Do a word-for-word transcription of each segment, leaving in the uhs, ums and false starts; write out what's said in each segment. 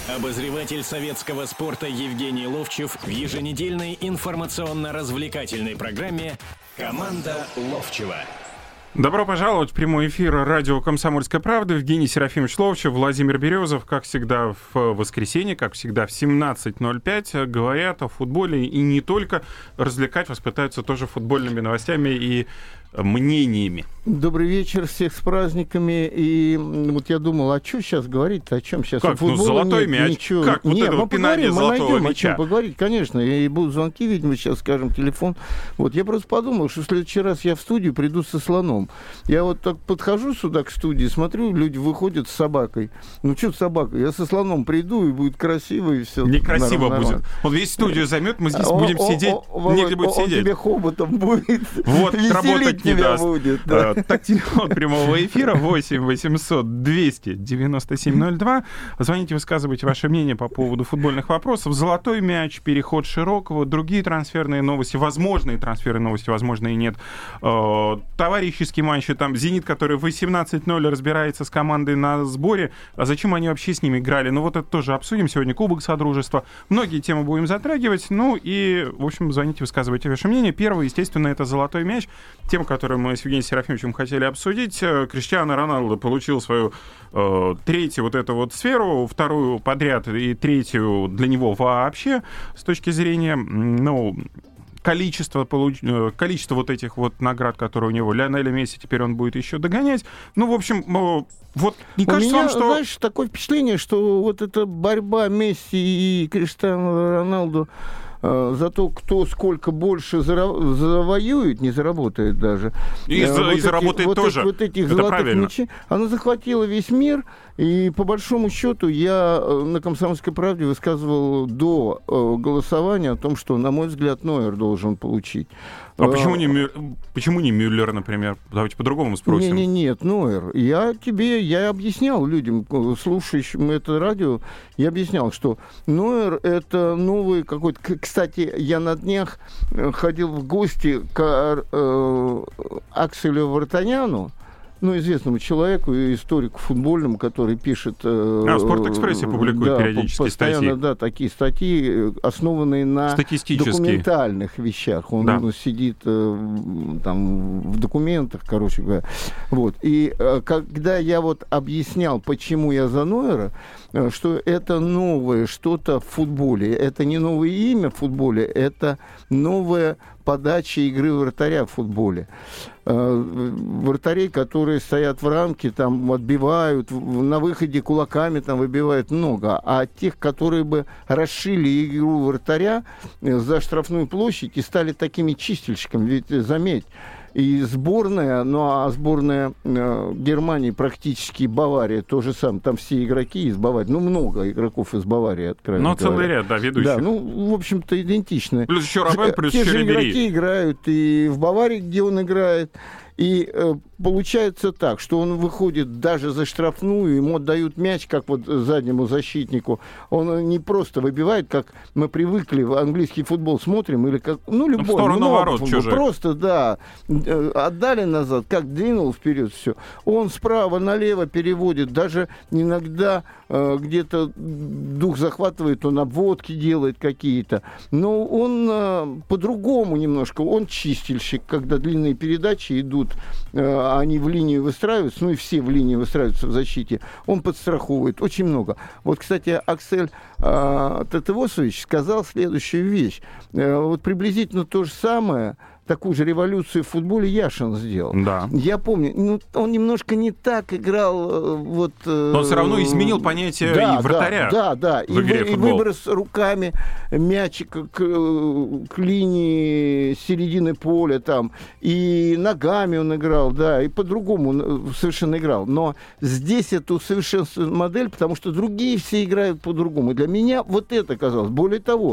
Обозреватель советского спорта Евгений Ловчев в еженедельной информационно-развлекательной программе «Команда Ловчева». Добро пожаловать в прямой эфир радио «Комсомольская правда». Евгений Серафимович Ловчев, Владимир Березов, как всегда в воскресенье, как всегда в семнадцать ноль пять, говорят о футболе и не только. Развлекать вас пытаются тоже футбольными новостями и мнениями. Добрый вечер, всех с праздниками. И вот я думал, а что сейчас говорить-то, о чем сейчас? Как? Ну, золотой нет, мяч. Ничего. Как? Вот нет, это вот пинание золотого найдем, мяча. О чем поговорить, конечно. И будут звонки, видимо, сейчас скажем, телефон. Вот, я просто подумал, что в следующий раз я в студию приду со слоном. Я вот так подхожу сюда к студии, смотрю, люди выходят с собакой. Ну, что с собакой? Я со слоном приду, и будет красиво, и все. Некрасиво будет. Он весь студию займет, мы здесь будем сидеть, негде будет сидеть. Он тебе хоботом будет. Вот, работать не даст. Будет, да. Так, телефон прямого эфира восемь восемьсот двести девяносто семь ноль два. Звоните, высказывайте ваше мнение по поводу футбольных вопросов. Золотой мяч, переход Широкого, другие трансферные новости, возможные трансферные новости, возможно, и нет. Товарищеские матчи, там «Зенит», который в восемнадцать ноль разбирается с командой на сборе. А зачем они вообще с ними играли? Ну, вот это тоже обсудим. Сегодня Кубок Содружества. Многие темы будем затрагивать. Ну, и, в общем, звоните, высказывайте ваше мнение. Первое, естественно, это золотой мяч. Тема, которую мы с Евгением Серафимовичем хотели обсудить. Криштиану Роналду получил свою э, третью вот эту вот сферу, вторую подряд и третью для него вообще с точки зрения, ну, количество, получ... количество вот этих вот наград, которые у него. Лионеля Месси теперь он будет еще догонять. Ну, в общем, вот не кажется у меня, вам, что... знаешь, такое впечатление, что вот эта борьба Месси и Криштиану Роналду за то, кто сколько больше заро- завоюет, не заработает даже. И, вот за, и эти, заработает вот тоже. Эти, вот этих это золотых правильно. мячей, она захватила весь мир, и по большому счету я на «Комсомольской правде» высказывал до голосования о том, что, на мой взгляд, Нойер должен получить. А почему не, Мю... почему не Мюллер, например? Давайте по-другому спросим. Не, не, нет, Нойер. Я тебе, я объяснял людям, слушающим это радио, я объяснял, что Нойер — это новый какой-то... Кстати, я на днях ходил в гости к э, Акселю Вартаняну, ну, известному человеку, историку футбольному, который пишет... Э, а, в «Спортэкспрессе» публикует да, периодически постоянно, статьи. Да, такие статьи, основанные на документальных вещах. Он да. сидит э, там в документах, короче говоря. Вот. И э, когда я вот объяснял, почему я за Нойера, э, что это новое что-то в футболе, это не новое имя в футболе, это новая подача игры вратаря в футболе. Вратарей, которые стоят в рамке, там отбивают, на выходе кулаками там выбивают много. А тех, которые бы расшили игру вратаря за штрафную площадь и стали такими чистильщиками, ведь заметь, и сборная, ну а сборная э, Германии, практически Бавария, то же самое. Там все игроки из Баварии. Ну, много игроков из Баварии, откровенно Ну, целый ряд, да, ведущих. Да, ну, в общем-то, идентичны. Плюс еще Робben, плюс еще Те же Рибери. игроки играют и в Баварии, где он играет. И э, получается так, что он выходит даже за штрафную, ему отдают мяч, как вот заднему защитнику. Он не просто выбивает, как мы привыкли в английский футбол смотрим, или как, ну, любой. В сторону ворот чужих. Просто, да, отдали назад, как двинул вперед, все. Он справа налево переводит, даже иногда э, где-то дух захватывает, он обводки делает какие-то. Но он э, по-другому немножко, он чистильщик, когда длинные передачи идут, они в линию выстраиваются, ну и все в линии выстраиваются в защите, он подстраховывает очень много. Вот, кстати, Аксель э, Тетевосович сказал следующую вещь. Э, вот приблизительно то же самое, такую же революцию в футболе Яшин сделал. Да. Я помню, ну, он немножко не так играл. Вот, Но он все равно изменил понятие да, и вратаря. Да, да, да. В игре и, в футбол. И выброс руками мячика к, к линии середины поля там, и ногами он играл, да, и по-другому совершенно играл. Но здесь это усовершенствованная модель, потому что другие все играют по-другому. Для меня вот это казалось. Более того,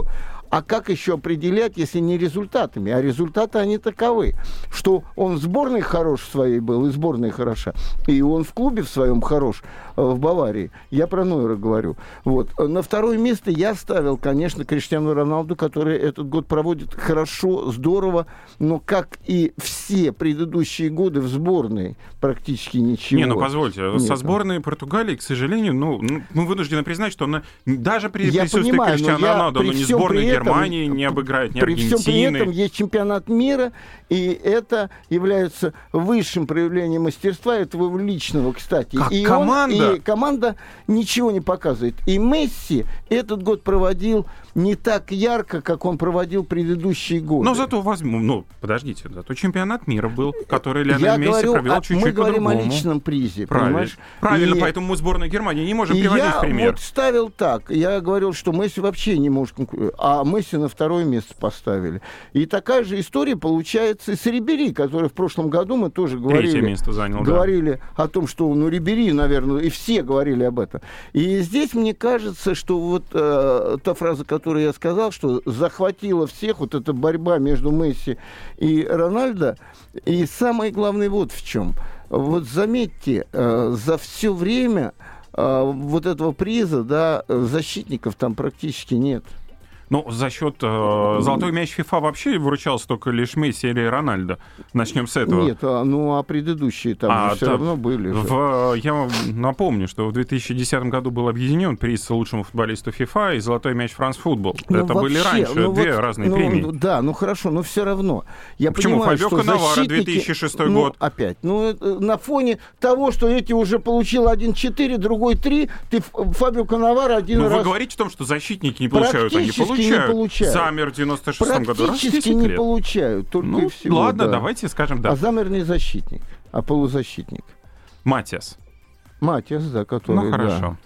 А как еще определять, если не результатами? А результаты, они таковы, что он в сборной хорош в своей был, и сборная хороша, и он в клубе в своем хорош, в Баварии. Я про Нойера говорю. Вот. На второе место я ставил, конечно, Криштиану Роналду, который этот год проводит хорошо, здорово, но, как и все предыдущие годы в сборной, практически ничего. Не, ну позвольте, нет. Со сборной Португалии, к сожалению, ну, мы вынуждены признать, что она, даже при я присутствии понимаю, Криштиану Роналду, но ни сборной Германии не обыграет, ни Аргентины. При всем при этом есть чемпионат мира, и это является высшим проявлением мастерства этого личного, кстати. Как и команда? Он, и команда ничего не показывает. И Месси этот год проводил не так ярко, как он проводил предыдущие годы. Но зато возьму, ну, подождите, зато чемпионат мира был, который Лионель Я Месси говорю, провел а, чуть-чуть мы по-другому. говорим о личном призе, Правильно, понимаешь? Правильно, и, поэтому мы сборную Германии не можем и приводить я в пример. Вот ставил так, я говорил, что Месси вообще не может конкурировать, а Месси на второе место поставили. И такая же история получается и с Рибери, который в прошлом году мы тоже говорили. Третье место занял, говорили да. о том, что, ну, Рибери, наверное, и все говорили об этом. И здесь мне кажется, что вот э, та фраза, которую я сказал, что захватила всех, вот эта борьба между Месси и Рональдо, и самое главное вот в чем. Вот заметьте, э, за все время э, вот этого приза, да, защитников там практически нет. Ну, за счет э, золотой мяч ФИФА вообще вручался только лишь Месси или Рональдо. Начнем с этого. Нет, а, ну а предыдущие там а, все равно были. В, я вам напомню, что в две тысячи десятом году был объединен приз лучшему футболисту ФИФА и золотой мяч Франс Футбол. Ну, Это вообще, были раньше ну, две вот, разные ну, премии. Да, ну хорошо, но все равно. Я Почему? Понимаю, Фабио Каннаваро, две тысячи шестой ну, год. Опять. Ну, на фоне того, что эти уже получил один четыре, другой три, ты Фабио Каннаваро один ну, раз... Но вы говорите о том, что защитники не получают, они получают. Не получают. Замер в девяносто шестом году. Практически не получают, только ну, и всего. Ладно, да. давайте скажем да. А Замер не защитник, а полузащитник. Матиас. Матиас, да, который... Ну, хорошо. Да.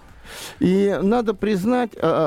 И надо признать,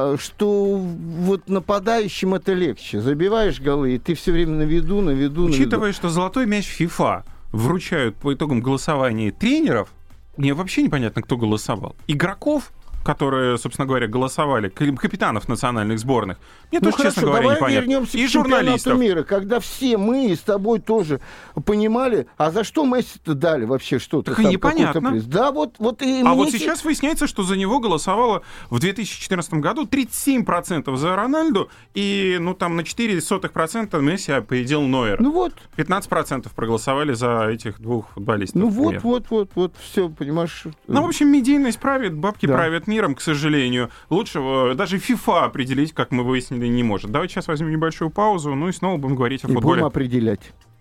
что вот нападающим это легче. Забиваешь голы, и ты все время на виду, на виду, Учитывая, на виду. что золотой мяч ФИФА вручают по итогам голосования тренеров, мне вообще непонятно, кто голосовал. Игроков, которые, собственно говоря, голосовали, капитанов национальных сборных. Мне ну тоже, хорошо, честно говоря, давай непонятно. Вернемся и к журналистов. Мира, когда все мы с тобой тоже понимали, а за что Месси-то дали вообще что-то? Так и непонятно. Приз. Да, вот, вот и а мне... вот сейчас выясняется, что за него голосовало в две тысячи четырнадцатом году тридцать семь процентов за Рональду, и ну там на четыре сотых процента Месси опередил Нойера. Ну вот. пятнадцать процентов проголосовали за этих двух футболистов. Ну вот, вот, вот, вот, все, понимаешь. Ну, в общем, медийность правит, бабки да. правят миром, к сожалению. Лучшего даже FIFA определить, как мы выяснили, не может. Давайте сейчас возьмем небольшую паузу, ну и снова будем говорить о и футболе. Будем определять.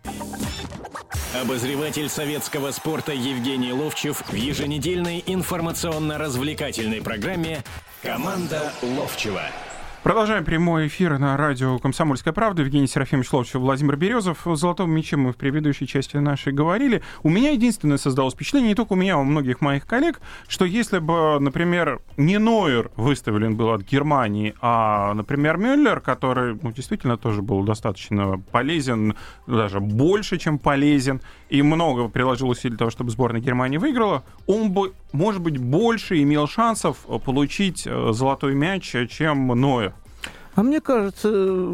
Обозреватель советского спорта Евгений Ловчев в еженедельной информационно-развлекательной программе «Команда Ловчева». Продолжаем прямой эфир на радио «Комсомольская правда». Евгений Серафимович Ловчев, Владимир Березов. О золотом мяче мы в предыдущей части нашей говорили. У меня единственное создалось впечатление, не только у меня, а у многих моих коллег, что если бы, например, не Нойер выставлен был от Германии, а, например, Мюллер, который ну, действительно тоже был достаточно полезен, даже больше, чем полезен, и много приложил усилий для того, чтобы сборная Германии выиграла, он бы, может быть, больше имел шансов получить золотой мяч, чем Нойер. А мне кажется,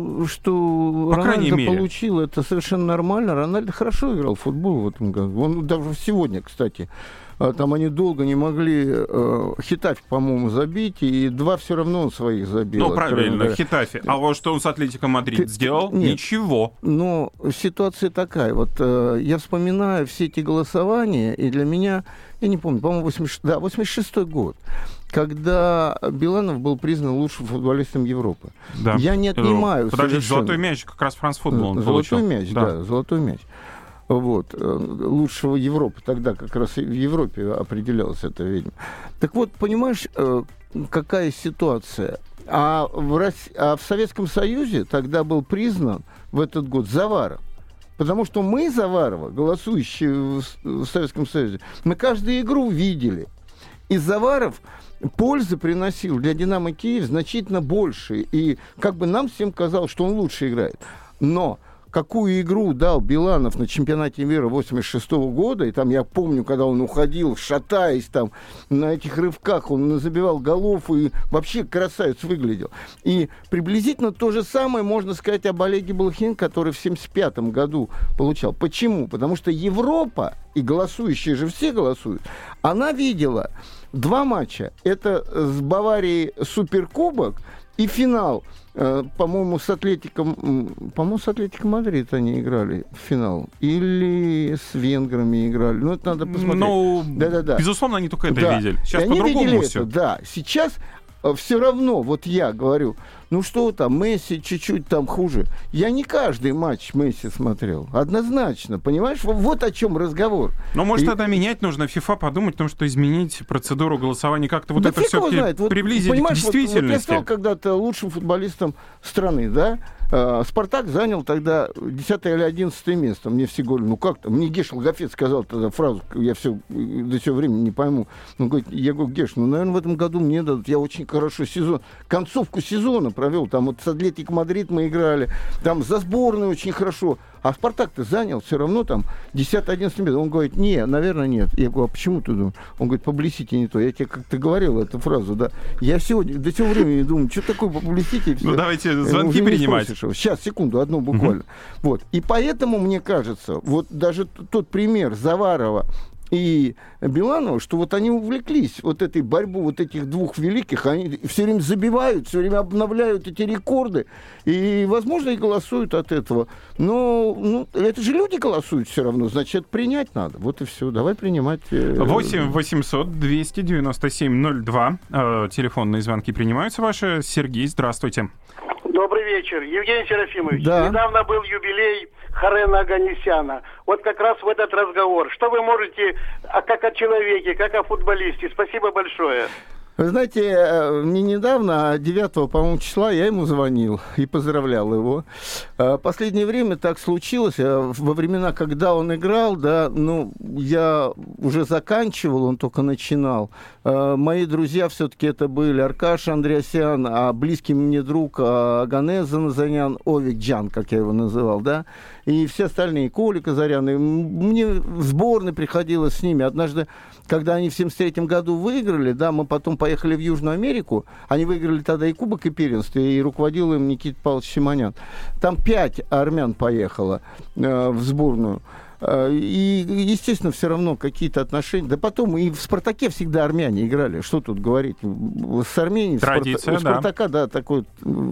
что По Рональдо мере. получил это совершенно нормально. Рональдо хорошо играл в футбол в этом году. Он даже сегодня, кстати, там они долго не могли э, Хетафи, по-моему, забить, и два все равно он своих забил. Ну, правильно, Хетафи. А вот что он с Атлетико Мадрид Ты... сделал? Нет. Ничего. Но ситуация такая. Вот э, я вспоминаю все эти голосования, и для меня, я не помню, по-моему, восемьдесят, да, восемьдесят шестой год, когда Биланов был признан лучшим футболистом Европы. Да. Я не отнимаю Подождите, совершенно... золотой мяч как раз Франс Футбол он Золотой получил. мяч, да. да, золотой мяч. Вот, лучшего Европы. Тогда как раз и в Европе определялась эта ведьма. Так вот, понимаешь, какая ситуация? А в, России, а в Советском Союзе тогда был признан в этот год Заваров. Потому что мы, Заварова, голосующие в Советском Союзе, мы каждую игру видели. И Заваров пользы приносил для «Динамо Киев» значительно больше. И как бы нам всем казалось, что он лучше играет. Но какую игру дал Биланов на чемпионате мира восемьдесят шестого года, и там я помню, когда он уходил, шатаясь там на этих рывках, он забивал голов и вообще красавец выглядел. И приблизительно то же самое можно сказать об Олеге Блохине, который в семьдесят пятом году получал. Почему? Потому что Европа, и голосующие же все голосуют, она видела два матча. Это с Баварией Суперкубок и финал. По-моему, с Атлетиком, по-моему, с Атлетиком Мадрид они играли в финал. Или с венграми играли. Ну, это надо посмотреть. Ну, да-да-да. Безусловно, они только это да. видели. Сейчас по-другому все. Это, да. Сейчас все равно, вот я говорю, ну что там, Месси чуть-чуть там хуже. Я не каждый матч Месси смотрел. Однозначно, понимаешь? Вот о чем разговор. Но, может, и... тогда менять нужно, ФИФА подумать о том, что изменить процедуру голосования, как-то вот да это все-таки вот, приблизить к действительности. Вот, вот я стал когда-то лучшим футболистом страны, да? Спартак занял тогда десятое или одиннадцатое место. Мне все говорят, ну как-то. Мне Геш Логофет сказал тогда фразу, я все до сего времени не пойму. Он говорит, я говорю, Геш, ну, наверное, в этом году мне дадут. Я очень хорошо сезон, концовку сезона провел. Там вот с Атлетико Мадрид мы играли. Там за сборную очень хорошо. А Спартак-то занял все равно там десятое-одиннадцатое место. Он говорит, не, наверное, нет. Я говорю, а почему ты думаешь? Он говорит, публисити не то. Я тебе как-то говорил эту фразу, да. Я сегодня до сего времени думаю, что такое публисити? Ну, давайте звонки принимать. Сейчас, секунду, одну буквально. Uh-huh. Вот. И поэтому, мне кажется, вот даже тот пример Заварова и Биланова, что вот они увлеклись вот этой борьбой вот этих двух великих, они все время забивают, все время обновляют эти рекорды, и, возможно, и голосуют от этого. Но ну, это же люди голосуют все равно, значит, принять надо. Вот и все. Давай принимать. восемь восемьсот двести девяносто семь ноль два. Э, телефонные звонки принимаются ваши. Сергей, здравствуйте. Добрый вечер. Евгений Серафимович, да. Недавно был юбилей Харена Оганесяна. Вот как раз в этот разговор. Что вы можете, а как о человеке, как о футболисте? Спасибо большое. Вы знаете, не недавно, а девятого, по-моему, числа я ему звонил и поздравлял его. Последнее время так случилось, во времена, когда он играл, да, ну, я уже заканчивал, он только начинал. Мои друзья все-таки это были Аркаша Андреасян, а близкий мне друг Оганес Заназанян, Овик Джан, как я его называл, да, и все остальные, Коля Казарян. И мне в сборной приходилось с ними. Однажды, когда они в семьдесят третьем году выиграли, да, мы потом поехали в Южную Америку, они выиграли тогда и Кубок, и первенство, и руководил им Никита Павлович Симонян. Там пять армян поехало э, в сборную. И, естественно, все равно какие-то отношения. Да потом и в «Спартаке» всегда армяне играли. Что тут говорить? С Арменией, Традиция, в «Спартака», да. да, такой...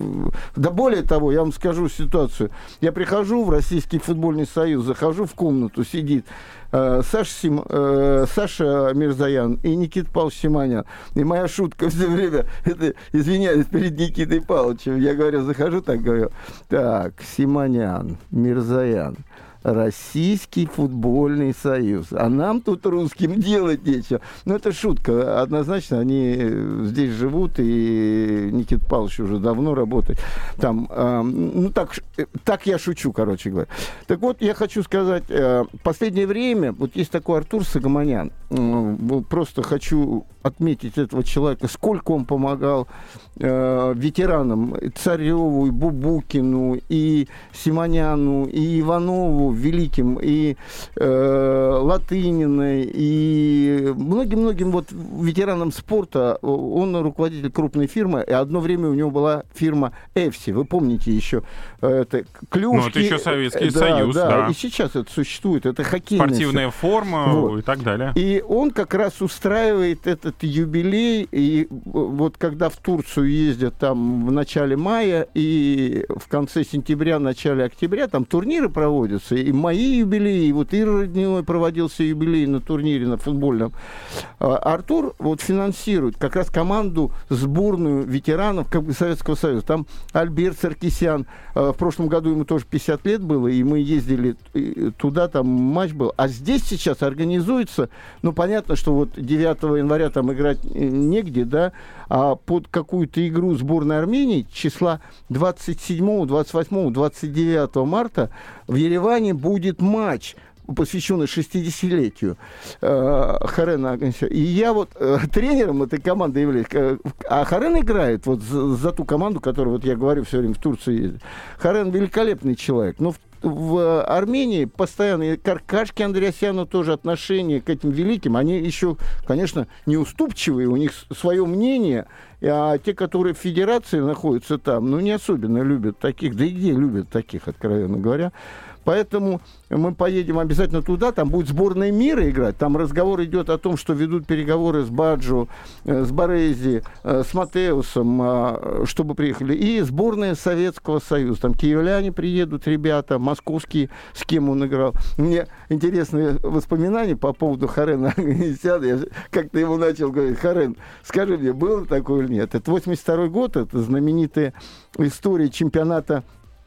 Да более того, я вам скажу ситуацию. Я прихожу в Российский футбольный союз, захожу в комнату, сидит э, Саша, Сим, э, Саша Мирзаян и Никита Павлович Симонян. И моя шутка все время, это, извиняюсь, перед Никитой Павловичем, я говорю, захожу, так говорю, так, Симонян, Мирзаян, Российский футбольный союз. А нам тут русским делать нечего. Ну, это шутка. Однозначно, они здесь живут, и Никита Павлович уже давно работает. Там, э, ну, так, так я шучу, короче говоря. Так вот, я хочу сказать, э, в последнее время, вот есть такой Артур Сагаманян, э, просто хочу отметить этого человека, сколько он помогал э, ветеранам, и Цареву, и Бубукину, и Симоняну, и Иванову, великим, и э, Латыниной, и многим-многим вот ветеранам спорта. Он руководитель крупной фирмы, и одно время у него была фирма «Эфси». Вы помните еще это клюшки. Ну, это еще Советский да, Союз, да, да. И сейчас это существует. Это хоккейная спортивная форма вот. И так далее. И он как раз устраивает этот юбилей, и вот когда в Турцию ездят там в начале мая и в конце сентября, начале октября, там турниры проводятся, и мои юбилеи, и вот Ира Родневой проводился юбилей на турнире, на футбольном. Артур вот финансирует как раз команду, сборную ветеранов как бы Советского Союза. Там Альберт Саркисян, в прошлом году ему тоже пятьдесят лет было, и мы ездили туда, там матч был. А здесь сейчас организуется, ну, понятно, что вот девятого января там играть негде, да, а под какую-то игру сборной Армении числа двадцать седьмого, двадцать восьмого, двадцать девятого марта в Ереване будет матч, посвященный шестидесятилетию э, Харена Оганесяна. И я вот э, тренером этой команды являюсь. А Харен играет вот за, за ту команду, которую вот я говорю все время в Турции ездит. Харен великолепный человек. Но в в Армении постоянно, к Аркашке Андреасяну тоже отношение к этим великим, они еще, конечно, неуступчивые, у них свое мнение, а те, которые в федерации находятся там, ну, не особенно любят таких, да и где любят таких, откровенно говоря. Поэтому мы поедем обязательно туда, там будет сборная мира играть, там разговор идет о том, что ведут переговоры с Баджо, с Борези, с Матеусом, чтобы приехали, и сборная Советского Союза, там киевляне приедут, ребята, московские, с кем он играл. Мне интересные воспоминания по поводу Харена Оганесяна, я как-то ему начал говорить: Харен, скажи мне, было такое или нет? Это восемьдесят второй год, это знаменитая история чемпионата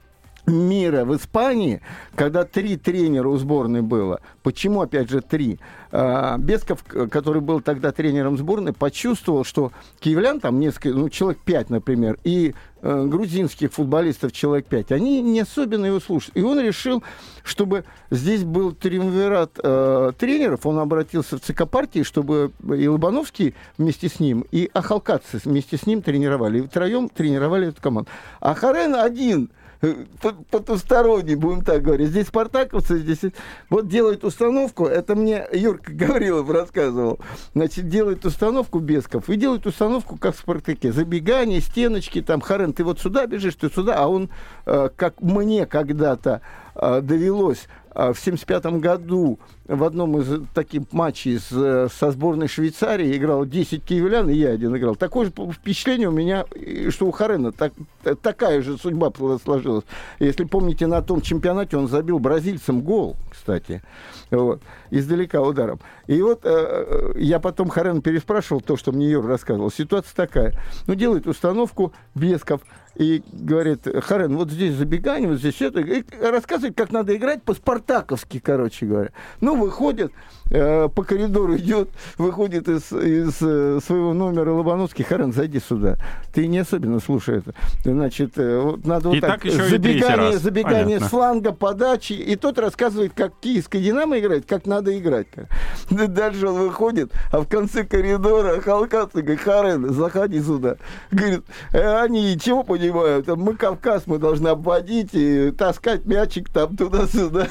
мира в Испании, когда три тренера у сборной было. Почему, опять же, три? Бесков, который был тогда тренером сборной, почувствовал, что киевлян, там несколько, ну, человек пять, например, и э, грузинских футболистов человек пять, они не особенно его слушают. И он решил, чтобы здесь был триумвират э, тренеров, он обратился в ЦК партии, чтобы и Лобановский вместе с ним, и Ахалкадзе вместе с ним тренировали. И втроем тренировали эту команду. А Харен один, потусторонний, будем так говорить. Здесь спартаковцы, здесь вот делают установку, это мне Юрка Гаврилов рассказывал, значит, делает установку Бесков и делает установку, как в «Спартаке». Забегание, стеночки, там, Харен, ты вот сюда бежишь, ты сюда, а он, как мне когда-то довелось в семьдесят пятом году в одном из таких матчей с, со сборной Швейцарии играл десять киевлян, и я один играл. Такое же впечатление у меня, что у Харена так, такая же судьба сложилась. Если помните, на том чемпионате он забил бразильцам гол, кстати, вот, издалека ударом. И вот э, я потом Харена переспрашивал то, что мне Юра рассказывал. Ситуация такая. Ну, делает установку Бесков и говорит: Харен, вот здесь забегание, вот здесь это. И рассказывает, как надо играть по-спартаковски, короче говоря. Ну, выходит, э, по коридору идет, выходит из, из э, своего номера Лобановский: Харен, зайди сюда. Ты не особенно слушай это. Значит, э, вот надо вот и так, так забегание, забегание с фланга, подачи. И тот рассказывает, как киевская «Динамо» играет, как надо играть. Дальше он выходит, а в конце коридора Ахалкадзе говорит: Харен, заходи сюда. Говорит, они чего понимают? Мы Кавказ, мы должны обводить и таскать мячик там туда-сюда.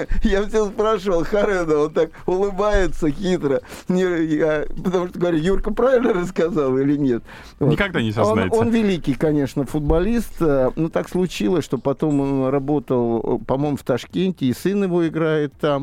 Я все спрашивал Харена, он так улыбается хитро. Я, потому что, говорю, Юрка правильно рассказал или нет? Вот. Никогда не сознается. Он, он великий, конечно, футболист. Но так случилось, что потом он работал, по-моему, в Ташкенте, и сын его играет там.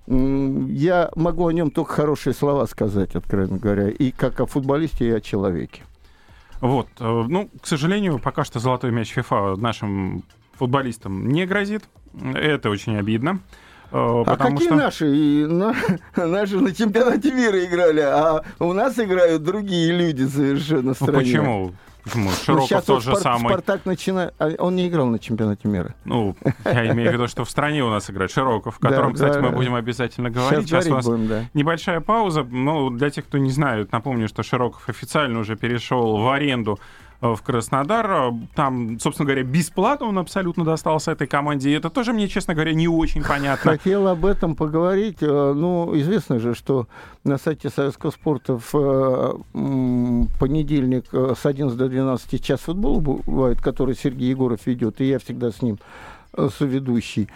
Я могу о нем только хорошие слова сказать, откровенно говоря, и как о футболисте, и о человеке. Вот. Ну, к сожалению, пока что золотой мяч ФИФА нашим футболистам не грозит. Это очень обидно. А какие что... наши? И на... Наши на чемпионате мира играли, а у нас играют другие люди совершенно в стране. Ну, почему? Почему? Широков ну, тот же Спар- самый. Спартак начинает... Он не играл на чемпионате мира. Ну, я имею в виду, что в стране у нас играет Широков, о котором, да, кстати, да, мы будем обязательно говорить. Сейчас, Сейчас у нас будем, да. Небольшая пауза. Ну, для тех, кто не знает, напомню, что Широков официально уже перешел в аренду в Краснодар. Там, собственно говоря, бесплатно он абсолютно достался этой команде. И это тоже мне, честно говоря, не очень понятно. Хотел об этом поговорить. Ну, известно же, что на сайте Советского спорта в понедельник с одиннадцати до двенадцати час футбола бывает, который Сергей Егоров ведет, и я всегда с ним соведущий.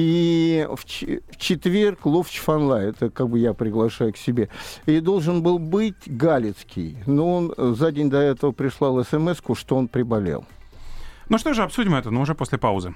И в, ч- в четверг Ловчев онлайн, это как бы я приглашаю к себе. И должен был быть Галицкий, но он за день до этого прислал смс-ку, что он приболел. Ну что же, обсудим это, но уже после паузы.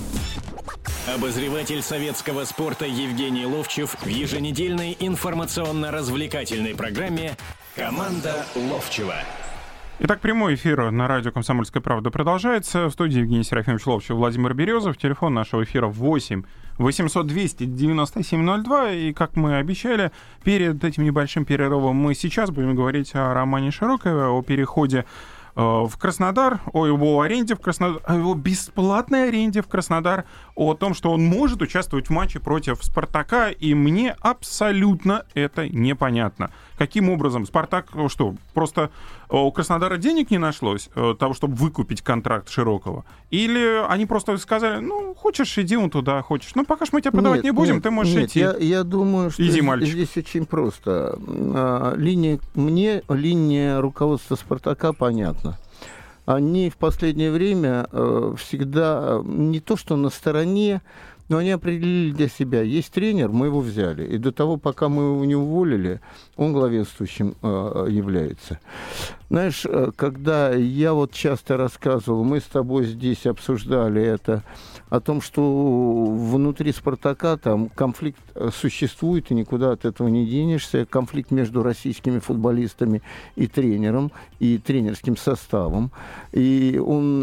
Обозреватель советского спорта Евгений Ловчев в еженедельной информационно-развлекательной программе «Команда Ловчева». Итак, прямой эфир на радио «Комсомольская правда» продолжается. В студии Евгений Серафимович Ловчев, Владимир Березов. Телефон нашего эфира восемь восемьсот двести девяносто семь ноль два. И, как мы обещали, перед этим небольшим перерывом мы сейчас будем говорить о Романе Широкове, о переходе в Краснодар, о его аренде в Краснодар, о его бесплатной аренде в Краснодар, о том, что он может участвовать в матче против «Спартака», и мне абсолютно это непонятно. Каким образом? «Спартак» что, просто у Краснодара денег не нашлось того, чтобы выкупить контракт Широкова? Или они просто сказали: ну, хочешь, иди он туда, хочешь. Ну, пока ж мы тебя подавать нет, не будем, нет, ты можешь нет, идти. Я, я думаю, что иди, здесь, здесь очень просто. А, линия, мне линия руководства «Спартака» понятна. Они в последнее время э, всегда не то что на стороне, но они определили для себя. Есть тренер, мы его взяли. И до того, пока мы его не уволили, он главенствующим э, является. Знаешь, когда я вот часто рассказывал, мы с тобой здесь обсуждали это, о том, что внутри «Спартака» там конфликт существует, и никуда от этого не денешься. Конфликт между российскими футболистами и тренером, и тренерским составом. И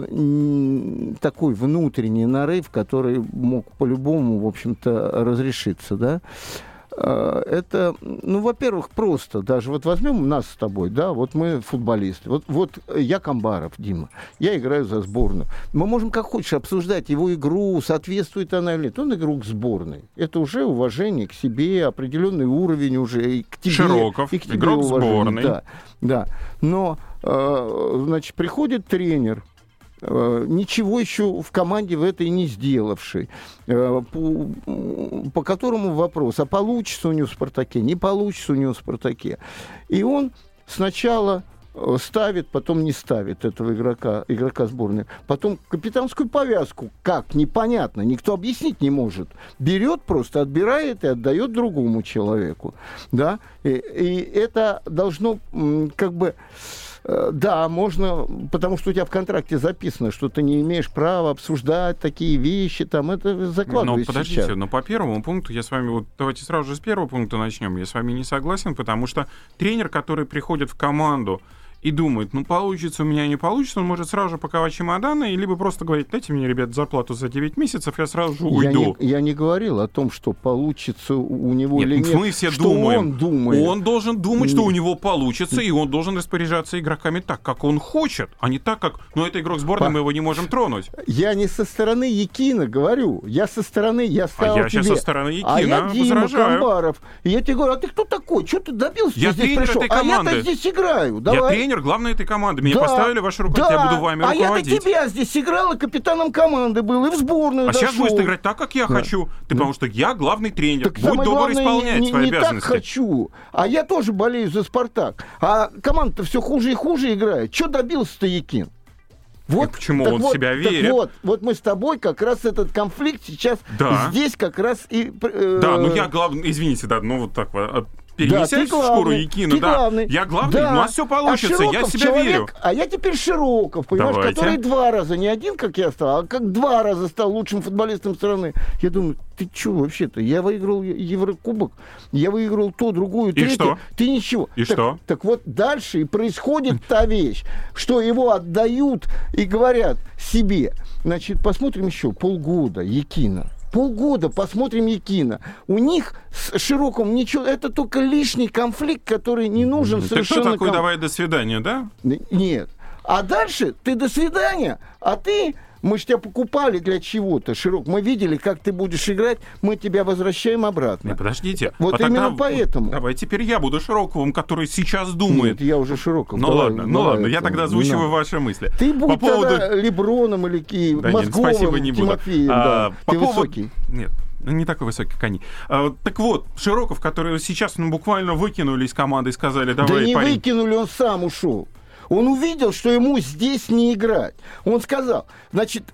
он такой внутренний нарыв, который мог по-любому, в общем-то, разрешиться, да. Это, ну, во-первых, просто, даже вот возьмем нас с тобой, да, вот мы футболисты, вот, вот я Камбаров, Дима, я играю за сборную. Мы можем как хочешь обсуждать его игру, соответствует она или нет. Он игрок сборной. Это уже уважение к себе, определенный уровень уже и к тебе. Широков, и к тебе игрок уважение. Сборной. Да, да. Но, значит, приходит тренер, ничего еще в команде в этой не сделавший, по, по которому вопрос, а получится у него в «Спартаке», не получится у него в «Спартаке». И он сначала ставит, потом не ставит этого игрока, игрока сборной. Потом капитанскую повязку, как, непонятно, никто объяснить не может. Берет просто, отбирает и отдает другому человеку. Да? И, и это должно как бы... Да, можно, потому что у тебя в контракте записано, что ты не имеешь права обсуждать такие вещи, там это закладывается. Но подождите, сейчас. но по первому пункту я с вами, вот давайте сразу же с первого пункта начнем. Я с вами не согласен, потому что тренер, который приходит в команду и думает, ну, получится у меня, не получится, он может сразу же паковать чемоданы, и либо просто говорить, дайте мне, ребят, зарплату за девять месяцев, я сразу же уйду. Я не, я не говорил о том, что получится у него нет, или нет. Мы все что думаем. Он думает. Он должен думать, что у него получится, и он должен распоряжаться игроками так, как он хочет, а не так, как, ну, это игрок сборной, По... мы его не можем тронуть. Я не со стороны Якина говорю, я со стороны, я стал А я тебе... сейчас со стороны Якина а я Дима возражаю. Камбаров. И я тебе говорю, а ты кто такой? Что ты добился? Я здесь тренер пришел? этой команды. А я-то здесь играю. Давай. Я тренер, главное, этой команды. Меня да, поставили в ваши руководители, да, я буду вами а руководить. А я-то тебя здесь играл, и капитаном команды был, и в сборную А дошел. сейчас будешь играть так, как я да. хочу. Ты, да. Потому что я главный тренер. Так Будь добр главное, исполнять не, свои не обязанности. Так хочу. А я тоже болею за «Спартак». А команда-то все хуже и хуже играет. Что добился-то Якин? Вот, и почему он вот, в себя верит? Вот, вот мы с тобой как раз этот конфликт сейчас да. здесь как раз и... Э, да, ну я главный... Извините, да, ну вот так вот... Перенесешь да, в шкуру Якина, да. Главный. Я главный, да. У нас все получится, а я себя человек, верю. А я теперь Широков, понимаешь, Давайте. который два раза, не один, как я стал, а как два раза стал лучшим футболистом страны. Я думаю, ты что вообще-то? Я выиграл Еврокубок, я выиграл то, другую, третье. И что? Ты ничего. И так, что? Так вот дальше и происходит та вещь, что его отдают и говорят себе. Значит, посмотрим еще полгода Якина. Полгода посмотрим Якина. У них с Широковым ничего... Это только лишний конфликт, который не нужен ты совершенно... Ты кто такой, ком... давай до свидания, да? Нет. А дальше ты до свидания, а ты... Мы же тебя покупали для чего-то, Широк. Мы видели, как ты будешь играть, мы тебя возвращаем обратно. Не, подождите. Вот а именно тогда... поэтому. Давай теперь я буду Широковым, который сейчас думает. Нет, я уже Широков. Ну давай, ладно, ну давай ладно, это, я тогда озвучиваю ваши мысли. Ты будь по поводу... тогда Леброном или Ки... да, Мозговым, нет, спасибо, не буду. Тимофеем. А, да. по Ты поводу... высокий. Нет. Не такой высокий, как они. А, так вот, Широков, который сейчас ну, буквально выкинули из команды и сказали, давай, да не парень. выкинули, он сам ушел. Он увидел, что ему здесь не играть. Он сказал, значит,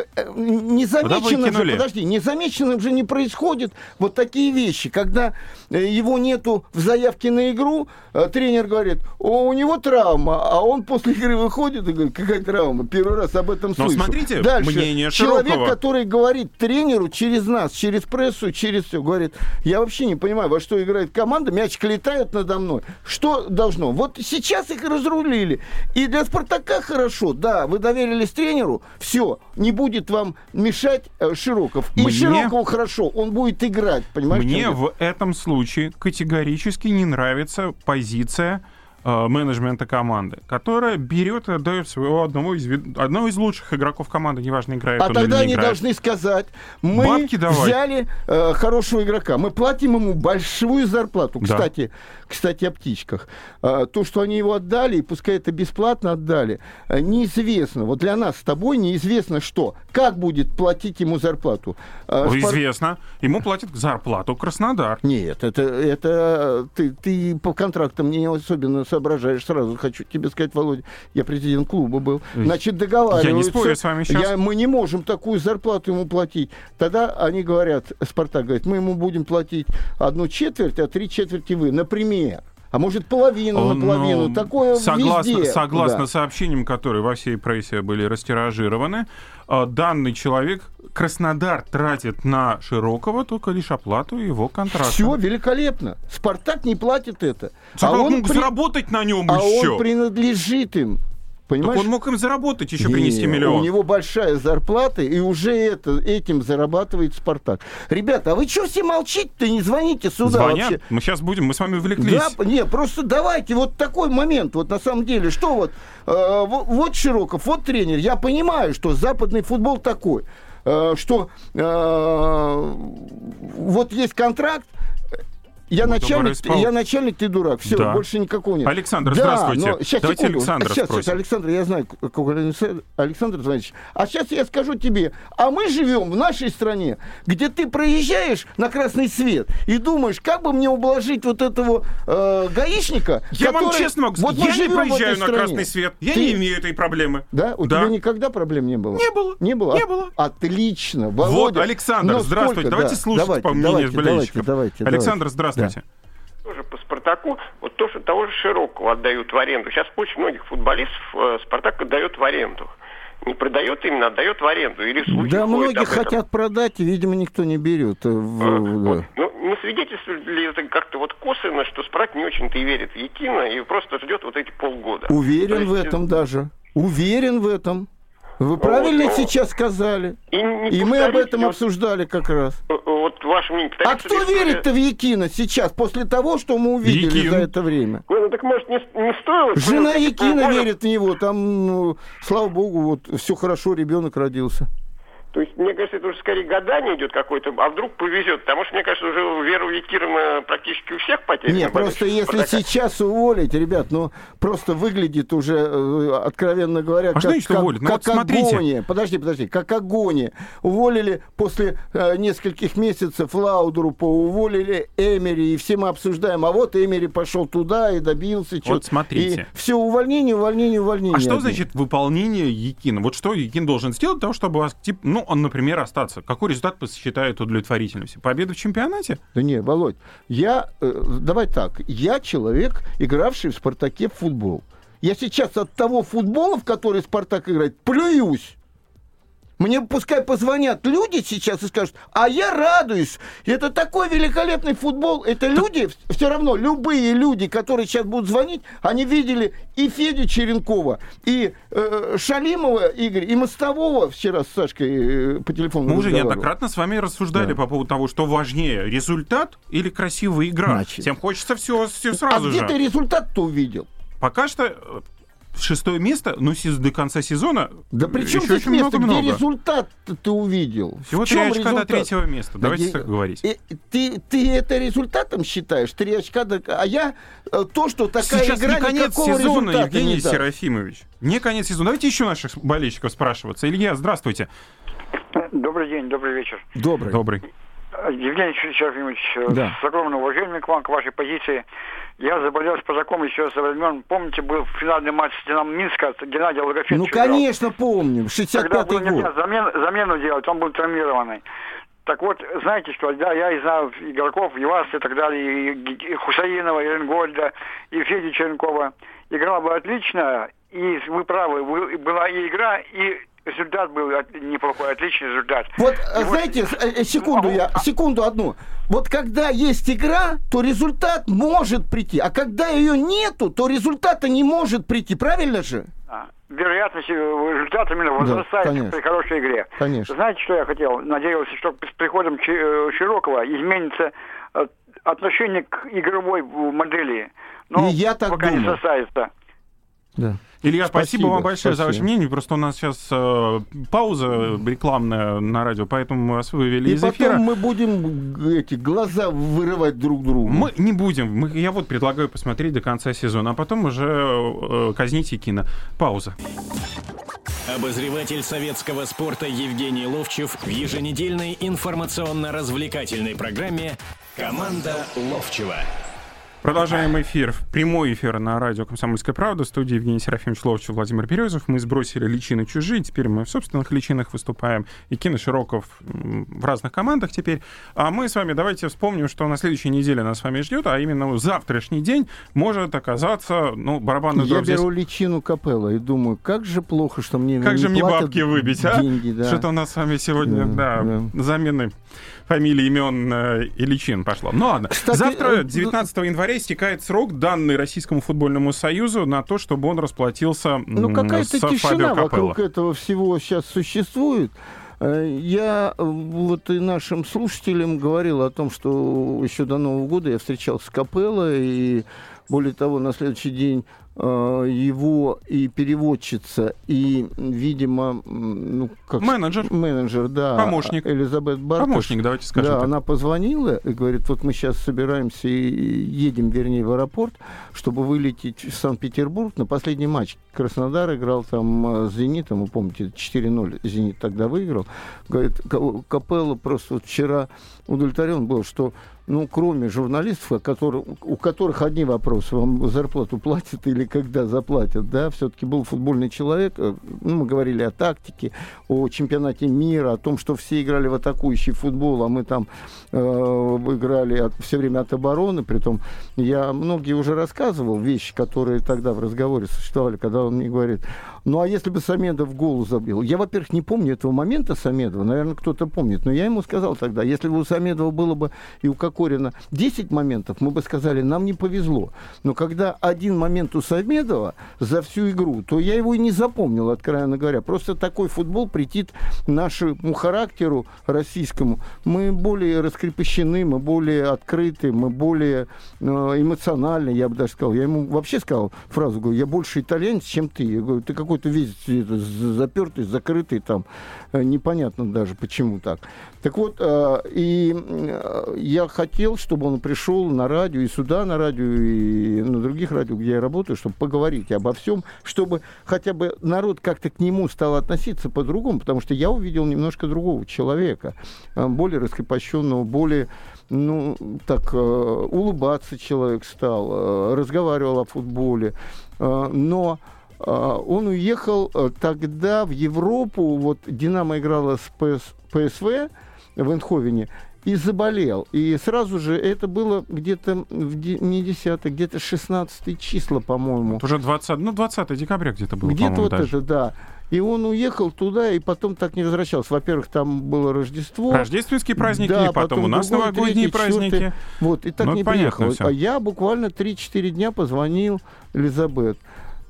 незамеченным же, подожди, незамеченным же не происходят вот такие вещи, когда его нету в заявке на игру, тренер говорит, о, у него травма, а он после игры выходит и говорит, какая травма, первый раз об этом слышу. Но смотрите, дальше, мнение человек, Широкова. который говорит тренеру через нас, через прессу, через все, говорит, я вообще не понимаю, во что играет команда, мячик летает надо мной. Что должно? Вот сейчас их разрулили. И для «Спартака» хорошо, да, вы доверились тренеру, все, не будет вам мешать э, Широков. И Мне... Широкову хорошо, он будет играть, понимаешь? Мне в этом случае категорически не нравится позиция э, менеджмента команды, которая берет и отдает своего одного из, одного из лучших игроков команды, неважно, играет а он тогда или не они играет. Должны сказать, мы взяли э, хорошего игрока, мы платим ему большую зарплату. Да. Кстати, кстати, о птичках. А, то, что они его отдали, и пускай это бесплатно отдали, неизвестно. Вот для нас с тобой неизвестно, что. Как будет платить ему зарплату? А, Спар... Известно. Ему платит зарплату Краснодар. Нет, это, это ты, ты по контрактам не особенно соображаешь, сразу хочу тебе сказать, Володя, я президент клуба был. Значит, договариваются. Я не спорю с вами сейчас. Я, мы не можем такую зарплату ему платить. Тогда они говорят, Спартак говорит, мы ему будем платить одну четверть, а три четверти вы, например. А может, половину на половину. Ну, Такое согласно, везде. Согласно да. сообщениям, которые во всей прессе были растиражированы, данный человек, Краснодар тратит на Широкого только лишь оплату его контракта. Все великолепно. Спартак не платит это. А он мог при... заработать на нем а еще. А он принадлежит им. Понимаешь? Так он мог им заработать, еще не, принести миллион. У него большая зарплата, и уже это, этим зарабатывает Спартак. Ребята, а вы что все молчите-то, не звоните сюда? Звонят. Вообще? Мы сейчас будем, мы с вами увлеклись. Да, не, просто давайте вот такой момент. Вот на самом деле, что вот, э, вот, вот Широков, вот тренер. Я понимаю, что западный футбол такой, э, что э, вот есть контракт, Я начальник, я начальник, ты дурак. Все, да. Больше никакого нет. Александр, да, здравствуйте. Но, сейчас, Давайте секунду. Александра сейчас, спросим. Сейчас, Александр, я знаю, какой Александр звонит. А сейчас я скажу тебе, а мы живем в нашей стране, где ты проезжаешь на красный свет и думаешь, как бы мне ублажить вот этого э, гаишника. Я который... вам честно могу сказать, вот я не проезжаю на красный свет. Я ты... не имею этой проблемы. Да? У да. тебя никогда проблем не было? Не было. Не было? Не было. Отлично. Володя. Вот, Александр, но здравствуйте. Сколько? Давайте да. слушать давайте, по мнению давайте, болельщиков. Давайте, давайте, Александр, давайте. здравствуйте. Да. Тоже по «Спартаку», вот то, что того же Широкого отдают в аренду. Сейчас очень многих футболистов э, «Спартак» отдает в аренду. Не продает именно, отдает в аренду. Или в да, многие хотят продать, и, видимо, никто не берет. В... А, да. вот. Ну, не свидетельствует ли это как-то вот косвенно, что «Спартак» не очень-то и верит в Якина, и просто ждет вот эти полгода? Уверен есть... в этом даже. Уверен в этом. Вы правильно вот, сейчас сказали. И, и мы об этом вот, обсуждали как раз. Вот ваше мнение. А кто верит-то в Якина сейчас, после того, что мы увидели Якин. за это время? Ну, так, может, не, не стоило... Жена Якина верит в него. Там, ну, слава богу, вот все хорошо, ребенок родился. То есть, мне кажется, это уже скорее гадание идет какое-то, а вдруг повезет. Потому что, мне кажется, уже вера в Якирова практически у всех потеряна. Нет, просто если Спартака. сейчас уволить, ребят, ну, просто выглядит уже, откровенно говоря, а как, знаете, как, уволить? Ну, как вот агония. Подожди, подожди, как агония. Уволили после э, нескольких месяцев Лаудерупа, уволили Эмери, и все мы обсуждаем, а вот Эмери пошел туда и добился чего-то. Вот смотрите. И все, увольнение, увольнение, увольнение. А что одни. значит выполнение Якина? Вот что Якин должен сделать для того, чтобы у вас, типа, ну, он, например, остаться? Какой результат посчитает удовлетворительным? Победа в чемпионате? Да нет, Володь, я, э, давай так, я человек, игравший в «Спартаке» в футбол. Я сейчас от того футбола, в который «Спартак» играет, плююсь. Мне пускай позвонят люди сейчас и скажут, а я радуюсь. Это такой великолепный футбол. Это люди, все равно, любые люди, которые сейчас будут звонить, они видели и Федю Черенкова, и э, Шалимова Игорь, и Мостового вчера с Сашкой э, по телефону. Мы уже неоднократно с вами рассуждали да. по поводу того, что важнее, результат или красивая игра. Значит. Всем хочется все, все сразу а же. А где ты результат-то увидел? Пока что... Шестое место, но до конца сезона. Да при чем здесь место? Где результат ты увидел? Всего три очка до третьего места. Да давайте так говорить. И, ты, ты это результатом считаешь? Три очка до... А я то, что такая Сейчас игра не конец сезона, Евгений не Серафимович. Не конец сезона. Давайте еще наших болельщиков спрашиваться. Илья, здравствуйте. Добрый день, добрый вечер. Добрый. Добрый. Евгений Серафимович, да. с огромным уважением к вам, к вашей позиции. Я заболел Спартаком еще со времен, помните, был финальный матч с Динамо Минска, Геннадий Логофетович. Ну, конечно, помним, шестьдесят пятый год. Когда замен, замену делать, он был травмированный. Так вот, знаете что, да, я и знаю игроков, и вас, и так далее, и Хусаинова, и Ренгольда, и Феди Черенкова. Игра была отличная, и вы правы, была и игра, и... результат был неплохой, отличный результат. Вот, и знаете, вот... секунду, я, секунду одну. Вот когда есть игра, то результат может прийти. А когда ее нету, то результата не может прийти. Правильно же? А, вероятность результата именно возрастает да, при хорошей игре. Конечно. Знаете, что я хотел? Надеялся, что с приходом Широкого изменится отношение к игровой модели. Но и я так пока думаю. не составится. Да. Илья, спасибо, спасибо вам большое спасибо. за ваше мнение. Просто у нас сейчас э, пауза рекламная на радио, поэтому мы вас вывели и из эфира. И потом мы будем эти глаза вырывать друг другу. Мы не будем. Мы, я вот предлагаю посмотреть до конца сезона, а потом уже э, казнить Якина. Пауза. Обозреватель советского спорта Евгений Ловчев в еженедельной информационно-развлекательной программе «Команда Ловчева». Продолжаем эфир. Прямой эфир на радио «Комсомольская правда». В студии Евгений Серафимович Ловчев, Владимир Березов. Мы сбросили личины чужие. Теперь мы в собственных личинах выступаем. И Кин, и Широков в разных командах теперь. А мы с вами давайте вспомним, что на следующей неделе нас с вами ждет, а именно завтрашний день может оказаться, ну, барабанный Я дров здесь... беру личину Капелло и думаю, как же плохо, что мне Как не же мне платят бабки выбить, а? деньги, да. Что-то у нас с вами сегодня, да, Да, да. замены фамилий, имен э, и личин пошло. Ну ладно. Кстати, Завтра, э, девятнадцатого января, истекает срок, данный Российскому футбольному союзу, на то, чтобы он расплатился Ну, м, какая-то с Фабио тишина Капелло. вокруг этого всего сейчас существует. Э, Я э, вот и нашим слушателям говорил о том, что еще до Нового года я встречался с Капелло, и более того, на следующий день его и переводчица, и, видимо, ну, как менеджер, менеджер, да, помощник, Элизабет Бартош, помощник, давайте скажем. Да, так. она позвонила и говорит, вот мы сейчас собираемся и едем, вернее, в аэропорт, чтобы вылететь в Санкт-Петербург на последний матч. Краснодар играл там с «Зенитом», вы помните, четыре ноль «Зенит» тогда выиграл. Говорит, Капелло просто вот вчера удовлетворен был, что ну, кроме журналистов, которые, у которых одни вопросы, вам зарплату платят или когда заплатят, да, все-таки был футбольный человек, ну, мы говорили о тактике, о чемпионате мира, о том, что все играли в атакующий футбол, а мы там э, играли от, все время от обороны, притом я многие уже рассказывал вещи, которые тогда в разговоре существовали, когда он мне говорит, ну, а если бы Самедов гол забил? Я, во-первых, не помню этого момента Самедова, наверное, кто-то помнит, но я ему сказал тогда, если бы у Самедова было бы и у Кокорина десять моментов, мы бы сказали, нам не повезло. Но когда один момент у Самедова за всю игру, то я его и не запомнил, откровенно говоря. Просто такой футбол претит нашему характеру российскому. Мы более раскрепощены, мы более открыты, мы более э, эмоциональны, я бы даже сказал. Я ему вообще сказал фразу, говорю, я больше итальянец, чем ты. Я говорю, ты какой-то весь запертый, закрытый там, э, непонятно даже, почему так. Так вот, э, и э, я хотел, чтобы он пришел на радио, и сюда на радио, и на других радио, где я работаю, чтобы поговорить обо всем, чтобы хотя бы народ как-то к нему стал относиться по-другому, потому что я увидел немножко другого человека, более раскрепощенного, более, ну, так, улыбаться человек стал, разговаривал о футболе, но он уехал тогда в Европу, вот «Динамо» играла с ПСВ в Эйндховене, и заболел. И сразу же это было где-то в де- не десятое, где-то шестнадцатое число, по-моему. Это уже двадцатое, ну, двадцатое декабря где-то было, Где-то по-моему, вот даже. это, да. И он уехал туда, и потом так не возвращался. Во-первых, там было Рождество. Рождественские праздники, да, и потом, потом у нас другой, новогодние третий, праздники. Четвертый. Вот, и так ну, не приехал. Все. А я буквально три-четыре дня позвонил Элизабет.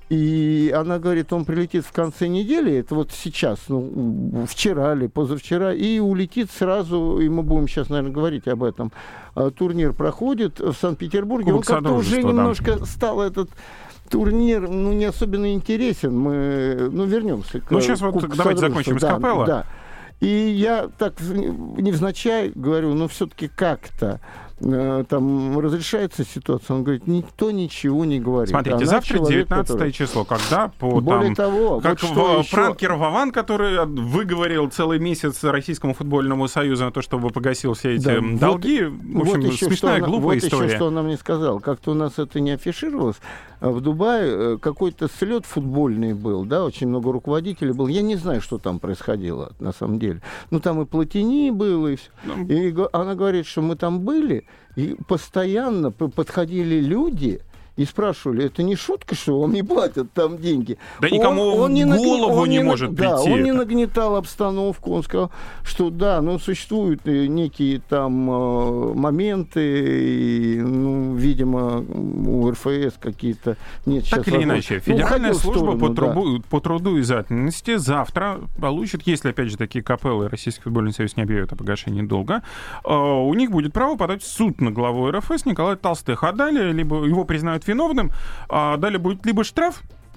И она говорит, он прилетит в конце недели, это вот сейчас, ну, вчера или позавчера, и улетит сразу, и мы будем сейчас, наверное, говорить об этом. Турнир проходит в Санкт-Петербурге. Кубок Он как-то уже да. немножко стал этот турнир, ну, не особенно интересен. Мы, ну, вернемся к Ну, сейчас вот давайте закончим да, с Капелло. Да. И я так невзначай говорю, ну, все-таки как-то там разрешается ситуация, он говорит, никто ничего не говорит. Смотрите, Она завтра девятнадцатое который... число, когда по Более там, того, как вот в, еще... пранкер Вован, который выговорил целый месяц Российскому футбольному союзу на то, чтобы погасил все эти да, долги. Вот, в общем, вот смешная, она, глупая вот история. Вот еще что она мне сказала. Как-то у нас это не афишировалось. В Дубае какой-то слет футбольный был, да, очень много руководителей было. Я не знаю, что там происходило на самом деле. Ну, там и Платини было, и все. Ну... И она говорит, что мы там были, и постоянно подходили люди и спрашивали, это не шутка, что вам не платят там деньги? Да никому он, он в не голову он не, не может да, прийти. Он это. не нагнетал обстановку, он сказал, что да, ну, существуют некие там э, моменты, и, ну, видимо, у РФС какие-то нет сейчас... Так или иначе, Федеральная ну, служба сторону, по, трубу, да. по труду и занятости завтра получит, если, опять же, такие Капелло и Российский футбольный союз не объявят о погашении долга, э, у них будет право подать в суд на главу РФС Николая Толстых. А далее либо его признают виновным, а далее будет либо штраф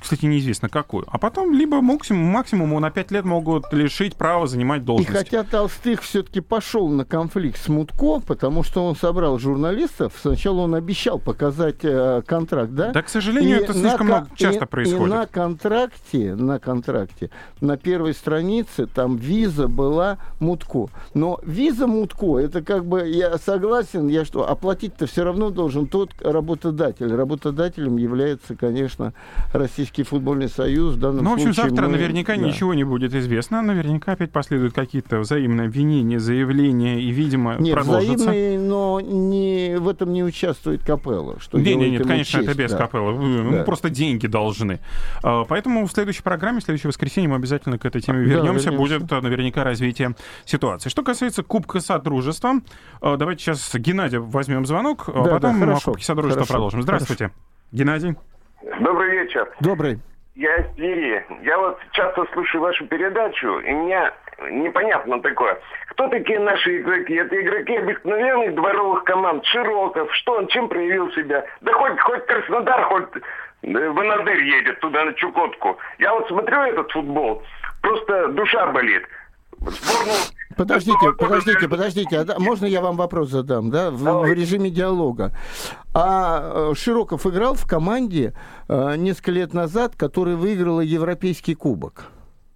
кстати, неизвестно какую. А потом либо максимум, максимум его на пять лет могут лишить права занимать должность. И хотя Толстых все-таки пошел на конфликт с Мутко, потому что он собрал журналистов, сначала он обещал показать э, контракт, да? Да, к сожалению, и это слишком на, много, часто и, происходит. И на контракте, на контракте, на первой странице там виза была Мутко. Но виза Мутко, это как бы, я согласен, я что, оплатить-то все равно должен тот работодатель. Работодателем является, конечно, Российский футбольный союз. В данном ну, в общем, случае завтра мы... наверняка да. ничего не будет известно. Наверняка опять последуют какие-то взаимные обвинения, заявления и, видимо, нет, продолжатся. взаимные, но не, в этом не участвует Капелло. Нет, нет, нет, конечно, честь, это без да. Капелло. Мы да. просто деньги должны. Поэтому в следующей программе, в следующее воскресенье мы обязательно к этой теме вернемся. Да, будет наверняка развитие ситуации. Что касается Кубка Содружества, давайте сейчас Геннадий возьмем звонок, а да, потом да, о Кубке Содружества хорошо, продолжим. Здравствуйте, хорошо. Геннадий. Добрый вечер. Добрый. Я из Твери. Я вот часто слушаю вашу передачу, и мне непонятно такое. Кто такие наши игроки? Это игроки обыкновенных дворовых команд. Широков, что он, чем проявил себя? Да хоть, хоть Краснодар, хоть в Анадырь едет туда на Чукотку. Я вот смотрю этот футбол, просто душа болит. Сборную... Подождите, подождите, подождите. А, да, можно я вам вопрос задам, да, в, в режиме диалога? А Широков играл в команде а, несколько лет назад, которая выиграла Европейский кубок?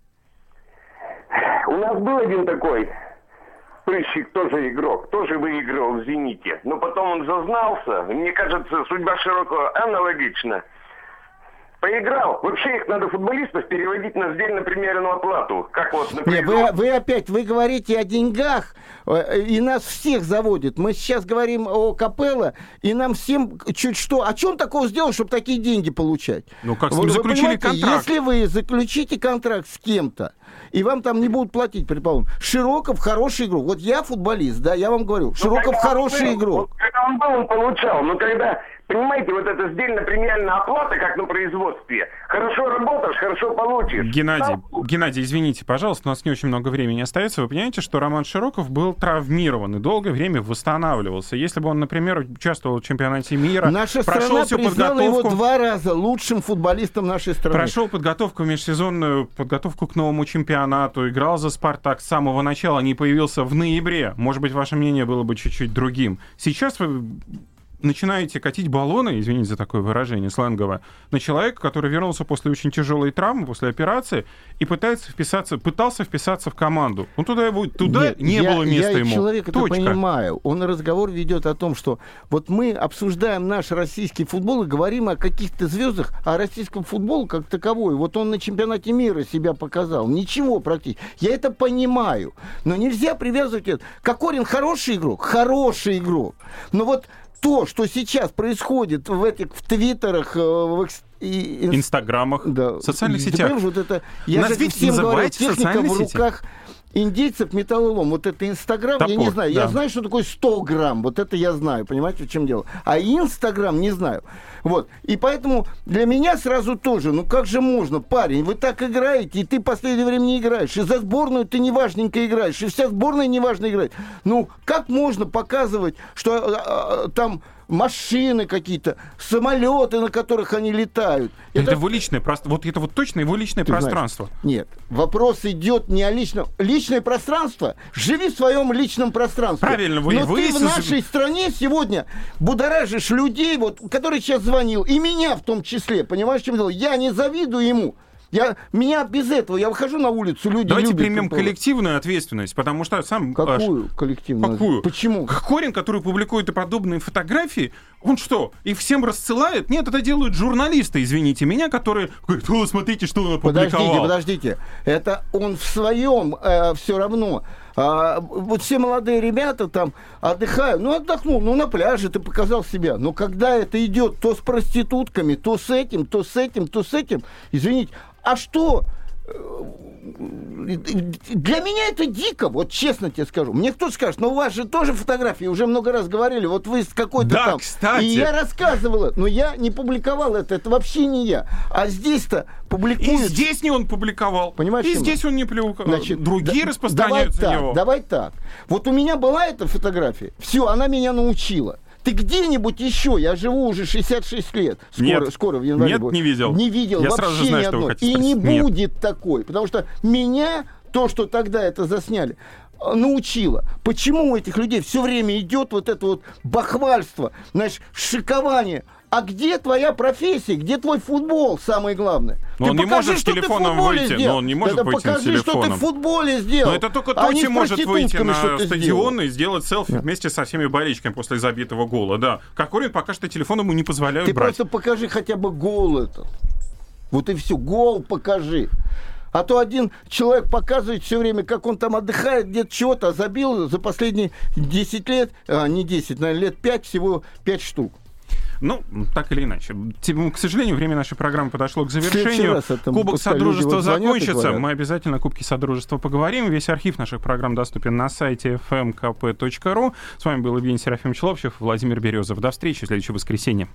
У нас был один такой прыщик, тоже игрок, тоже выиграл в «Зените». Но потом он зазнался. Мне кажется, судьба Широкова аналогична. Поиграл. Вообще их надо, футболистов, переводить на сдельно-примерную оплату. Как вот, например... Нет, вы, вы опять, вы говорите о деньгах, и нас всех заводит. Мы сейчас говорим о Капелло, и нам всем чуть что... А что он такого сделал, чтобы такие деньги получать? Ну, как с ним заключили контракт. Если вы заключите контракт с кем-то, и вам там не будут платить, предположим, Широков хороший игрок. Вот я футболист, да, я вам говорю, Широков ну, хороший был, игрок. Вот, когда он был, он получал. Но когда... Понимаете, вот эта сдельно-премиальная оплата, как на производстве. Хорошо работаешь, хорошо получишь. Геннадий, а... Геннадий, извините, пожалуйста, у нас не очень много времени остается. Вы понимаете, что Роман Широков был травмирован и долгое время восстанавливался. Если бы он, например, участвовал в чемпионате мира, наша прошел всю подготовку... его два раза лучшим футболистом нашей страны. Прошел подготовку межсезонную, подготовку к новому чемпионату, играл за «Спартак» с самого начала, не появился в ноябре. Может быть, ваше мнение было бы чуть-чуть другим. Сейчас вы... начинаете катить баллоны, извините за такое выражение сленговое, на человека, который вернулся после очень тяжелой травмы, после операции, и пытается вписаться, пытался вписаться в команду. Он туда его, туда Нет, не я, было места я ему. Я человек это понимаю. Он разговор ведет о том, что вот мы обсуждаем наш российский футбол и говорим о каких-то звездах, о российском футболе как таковой. Вот он на чемпионате мира себя показал. Ничего практически. Я это понимаю. Но нельзя привязывать это. Кокорин хороший игрок? Хороший игрок. Но вот то, что сейчас происходит в этих в твиттерах, в и, инстаграмах, да, социальных сетях. Вот это, я же всем говорю, техника в руках индейцев, металлолом. Вот это Инстаграм, Топор, я не знаю. Да. Я знаю, что такое сто грамм. Вот это я знаю. Понимаете, в чем дело? А Инстаграм не знаю. Вот. И поэтому для меня сразу тоже, ну как же можно, парень, вы так играете, и ты в последнее время не играешь. И за сборную ты неважненько играешь. И вся сборная неважно играет. Ну, как можно показывать, что а, а, там... машины какие-то, самолеты, на которых они летают. Это, это его личное пространство. Вот это вот точно его личное Ты пространство. Знаешь, нет, вопрос идет не о личном. Личное пространство, живи в своем личном пространстве. Правильно, вы, Но вы ты в нашей стране сегодня будоражишь людей, вот, который сейчас звонил, и меня в том числе, понимаешь, в чем дело? Я не завидую ему. Я, меня без этого, я выхожу на улицу, люди Давайте любят. примем футбол. Коллективную ответственность, потому что сам... Какую аж... коллективную? Какую? Почему? Кокорин, который публикует и подобные фотографии, он что, их всем рассылает? Нет, это делают журналисты, извините меня, которые говорят, о, смотрите, что он опубликовал. Подождите, подождите. Это он в своем э, все равно. А, вот все молодые ребята там отдыхают. Ну, отдохнул, ну, на пляже ты показал себя. Но когда это идет то с проститутками, то с этим, то с этим, то с этим, извините, а что? Для меня это дико, вот честно тебе скажу. Мне кто скажет, но у вас же тоже фотографии, уже много раз говорили, вот вы с какой-то да, там. Кстати. И я рассказывала, но я не публиковал это, это вообще не я. А здесь-то публикуют. И здесь не он публиковал. Понимаешь, и здесь он не публиковал. Значит, другие да, распространяются давай его. Так, давай так. Вот у меня была эта фотография, все, она меня научила. Ты где-нибудь еще, я живу уже шестьдесят шесть лет, скоро, нет, скоро в январе нет, будет. не видел. Не видел я вообще сразу знаю, ни что вы одной. хотите И не спросить. будет нет. такой, потому что меня, то, что тогда это засняли, научила. Почему у этих людей все время идет вот это вот бахвальство, знаешь, шикование? А где твоя профессия? Где твой футбол, самое главное? Но ты он не покажи, может с что телефоном выйти. Сделал. Но он не может Тогда выйти покажи, с телефоном. что ты в футболе сделал. Но это только а Тотти может выйти на стадион сделал. и сделать селфи да. вместе со всеми болельщиками после забитого гола. Да. Кокорин пока что телефон ему не позволяют ты брать. Ты просто покажи хотя бы гол этот. Вот и все. Гол покажи. А то один человек показывает все время, как он там отдыхает, где-то чего-то, а забил за последние десять лет, а не десять, наверное, лет пять, всего пять штук. Ну, так или иначе. К сожалению, время нашей программы подошло к завершению. Кубок Содружества закончится. Мы обязательно о Кубке Содружества поговорим. Весь архив наших программ доступен на сайте эф эм ка пэ точка ру. С вами был Евгений Серафимович Ловчев, Владимир Березов. До встречи в следующее воскресенье.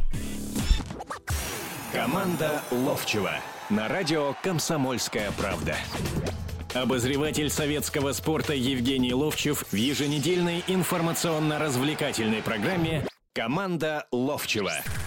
Команда Ловчева на радио «Комсомольская правда». Обозреватель советского спорта Евгений Ловчев в еженедельной информационно-развлекательной программе «Команда Ловчева».